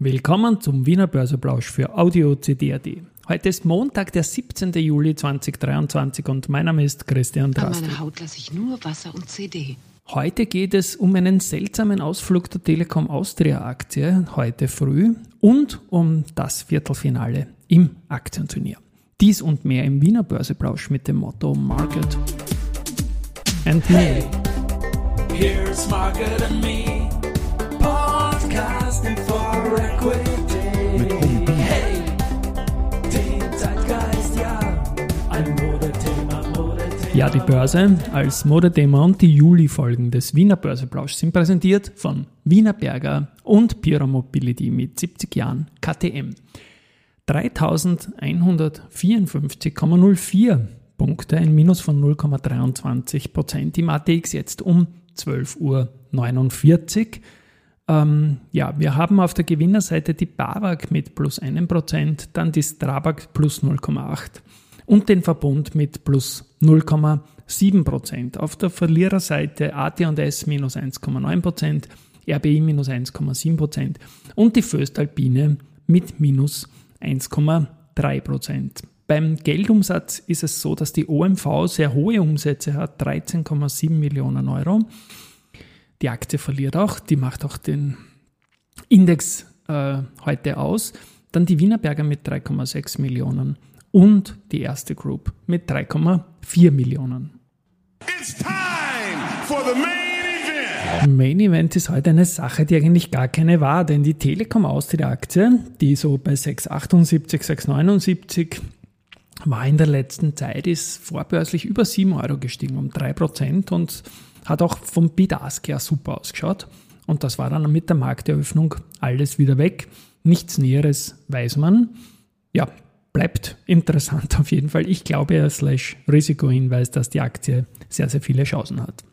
Willkommen zum Wiener Börseplausch für Audio CD.at. Heute ist Montag, der 17. Juli 2023 und mein Name ist Christian Drastil. An meiner Haut lasse ich nur Wasser und CD. Heute geht es um einen seltsamen Ausflug der Telekom Austria Aktie heute früh und um das Viertelfinale im Aktienturnier. Dies und mehr im Wiener Börseplausch mit dem Motto Market and Me. Here's Market and Me, podcasting for equity. Hey, den Zeitgeist, ja, ein Modethema. Ja, die Börse als Modethema und die Juli-Folgen des Wiener Börseplausch sind präsentiert von Wiener Berger und Pira Mobility mit 70 Jahren KTM. 3.154,04 Punkte, ein Minus von 0,23%. Im ATX jetzt um 12.49 Uhr. Wir haben auf der Gewinnerseite die BAWAG mit plus 1%, dann die Strabag plus 0,8% und den Verbund mit plus 0,7%. Auf der Verliererseite AT&S minus 1,9%, RBI minus 1,7% und die Voestalpine mit minus 1,3%. Beim Geldumsatz ist es so, dass die OMV sehr hohe Umsätze hat, 13,7 Millionen Euro. Die Aktie verliert auch, die macht auch den Index heute aus. Dann die Wiener Berger mit 3,6 Millionen und die Erste Group mit 3,4 Millionen. It's time for the main event. Main Event ist heute eine Sache, die eigentlich gar keine war, denn die Telekom Austria Aktie, die so bei 6,78, 6,79 war in der letzten Zeit, ist vorbörslich über 7 Euro gestiegen, um 3% und hat auch vom Bid-Ask her super ausgeschaut. Und das war dann mit der Markteröffnung alles wieder weg. Nichts Näheres weiß man. Ja, bleibt interessant auf jeden Fall. Ich glaube, Risikohinweis, dass die Aktie sehr, sehr viele Chancen hat.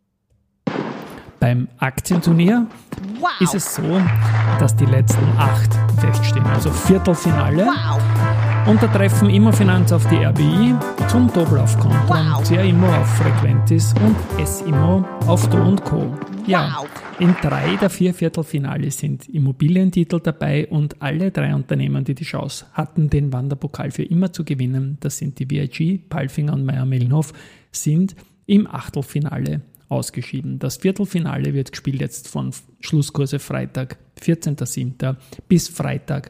Beim Aktienturnier ist es so, dass die letzten 8 feststehen, also Viertelfinale. Und da treffen Immofinanz auf die RBI, zum Doppel auf Konto und CA Immo auf Frequentis und S Immo auf Do & Co. Ja, in 3 der 4 Viertelfinale sind Immobilientitel dabei und alle 3 Unternehmen, die die Chance hatten, den Wanderpokal für immer zu gewinnen, das sind die VIG, Palfinger und Mayr-Melnhof, sind im Achtelfinale ausgeschieden. Das Viertelfinale wird gespielt jetzt von Schlusskurse Freitag, 14.07. bis Freitag,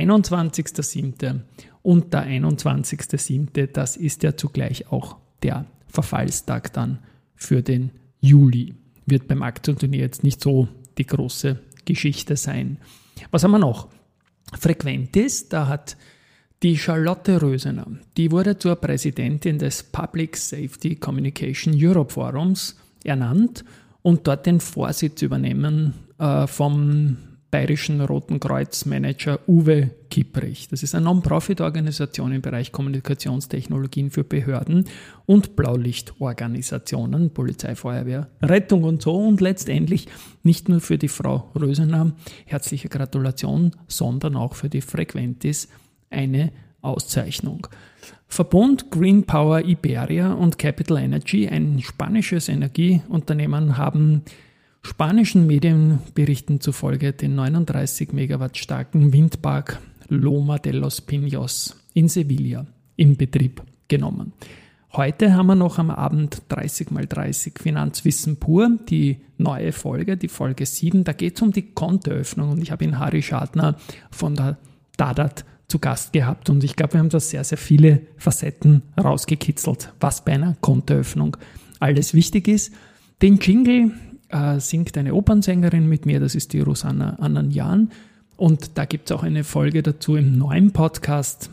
21.07. Und der 21.07., das ist ja zugleich auch der Verfallstag dann für den Juli. Wird beim Aktienturnier jetzt nicht so die große Geschichte sein. Was haben wir noch? Frequentis, da hat die Charlotte Rösener, die wurde zur Präsidentin des Public Safety Communication Europe Forums ernannt und dort den Vorsitz übernehmen vom Bayerischen Roten Kreuz Manager Uwe Kipprich. Das ist eine Non-Profit-Organisation im Bereich Kommunikationstechnologien für Behörden und Blaulichtorganisationen, Polizei, Feuerwehr, Rettung und so. Und letztendlich nicht nur für die Frau Rösener herzliche Gratulation, sondern auch für die Frequentis eine Auszeichnung. Verbund Green Power Iberia und Capital Energy, ein spanisches Energieunternehmen, haben spanischen Medienberichten zufolge den 39 Megawatt starken Windpark Loma de los Pinos in Sevilla in Betrieb genommen. Heute haben wir noch am Abend 30x30 Finanzwissen pur, die neue Folge, die Folge 7. Da geht es um die Kontoöffnung und ich habe ihn Harry Schadner von der Dadat zu Gast gehabt und ich glaube, wir haben da sehr, sehr viele Facetten rausgekitzelt, was bei einer Kontoöffnung alles wichtig ist. Den Jingle singt eine Opernsängerin mit mir, das ist die Rosanna Ananjan. Und da gibt es auch eine Folge dazu im neuen Podcast.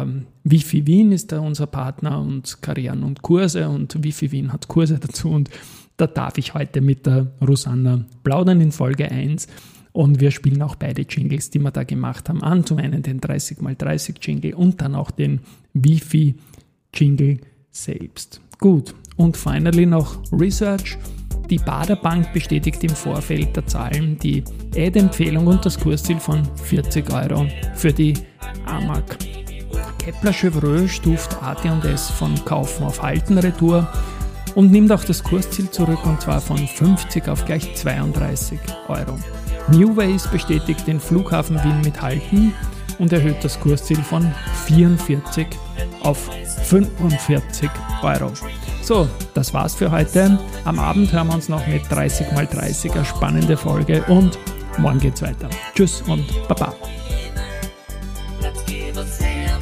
Wifi Wien ist da unser Partner und Karian und Kurse und Wifi Wien hat Kurse dazu. Und da darf ich heute mit der Rosanna plaudern in Folge 1. Und wir spielen auch beide Jingles, die wir da gemacht haben, an. Zum einen den 30x30 Jingle und dann auch den Wifi Jingle selbst. Gut, und finally noch Research. Die Baader Bank bestätigt im Vorfeld der Zahlen die Ad-Empfehlung und das Kursziel von 40 Euro für die AMAG. Kepler Chevreux stuft AT&S von Kaufen auf Halten retour und nimmt auch das Kursziel zurück und zwar von 50 auf gleich 32 Euro. Newways bestätigt den Flughafen Wien mit Halten und erhöht das Kursziel von 44 auf 45 Euro. So, das war's für heute. Am Abend hören wir uns noch mit 30x30, eine spannende Folge, und morgen geht's weiter. Tschüss und Baba. Let's give a